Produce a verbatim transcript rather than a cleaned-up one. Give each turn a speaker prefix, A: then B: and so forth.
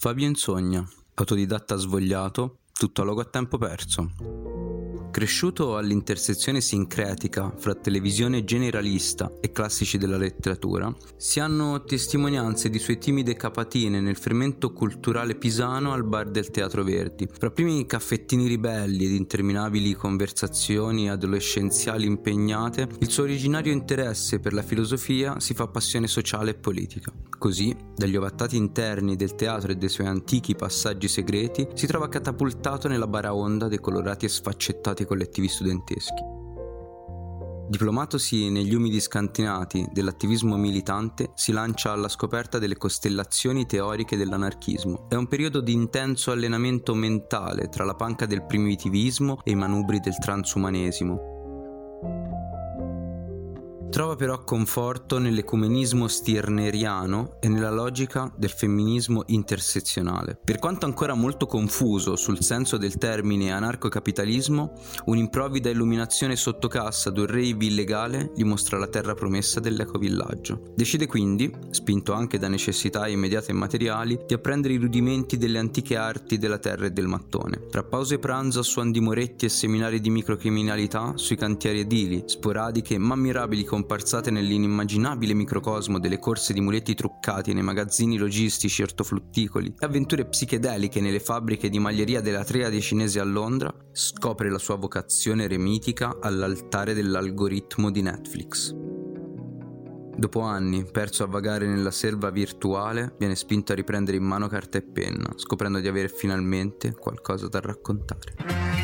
A: Fabio Insogna, autodidatta svogliato, tutologo a tempo perso. Cresciuto all'intersezione sincretica fra televisione generalista e classici della letteratura, si hanno testimonianze di sue timide capatine nel fermento culturale pisano al bar del Teatro Verdi. Fra primi caffettini ribelli ed interminabili conversazioni adolescenziali impegnate, il suo originario interesse per la filosofia si fa passione sociale e politica. Così, dagli ovattati interni del teatro e dei suoi antichi passaggi segreti, si trova catapultato nella baraonda dei colorati e sfaccettati collettivi studenteschi. Diplomatosi negli umidi scantinati dell'attivismo militante, si lancia alla scoperta delle costellazioni teoriche dell'anarchismo. È un periodo di intenso allenamento mentale tra la panca del primitivismo e i manubri del transumanesimo. Trova però conforto nell'ecumenismo stirneriano e nella logica del femminismo intersezionale. Per quanto ancora molto confuso sul senso del termine anarcocapitalismo, un'improvvida illuminazione sotto cassa d'un rave illegale gli mostra la terra promessa dell'ecovillaggio. Decide quindi, spinto anche da necessità immediate e materiali, di apprendere i rudimenti delle antiche arti della terra e del mattone. Tra pause pranzo a suon di moretti e seminari di microcriminalità sui cantieri edili, sporadiche ma mirabili comparsate nell'inimmaginabile microcosmo delle corse di muletti truccati nei magazzini logistici ortofrutticoli e avventure psichedeliche nelle fabbriche di maglieria della Triade cinese a Londra, scopre la sua vocazione eremitica all'altare dell'algoritmo di Netflix. Dopo anni, perso a vagare nella selva virtuale, viene spinto a riprendere in mano carta e penna, scoprendo di avere finalmente qualcosa da raccontare.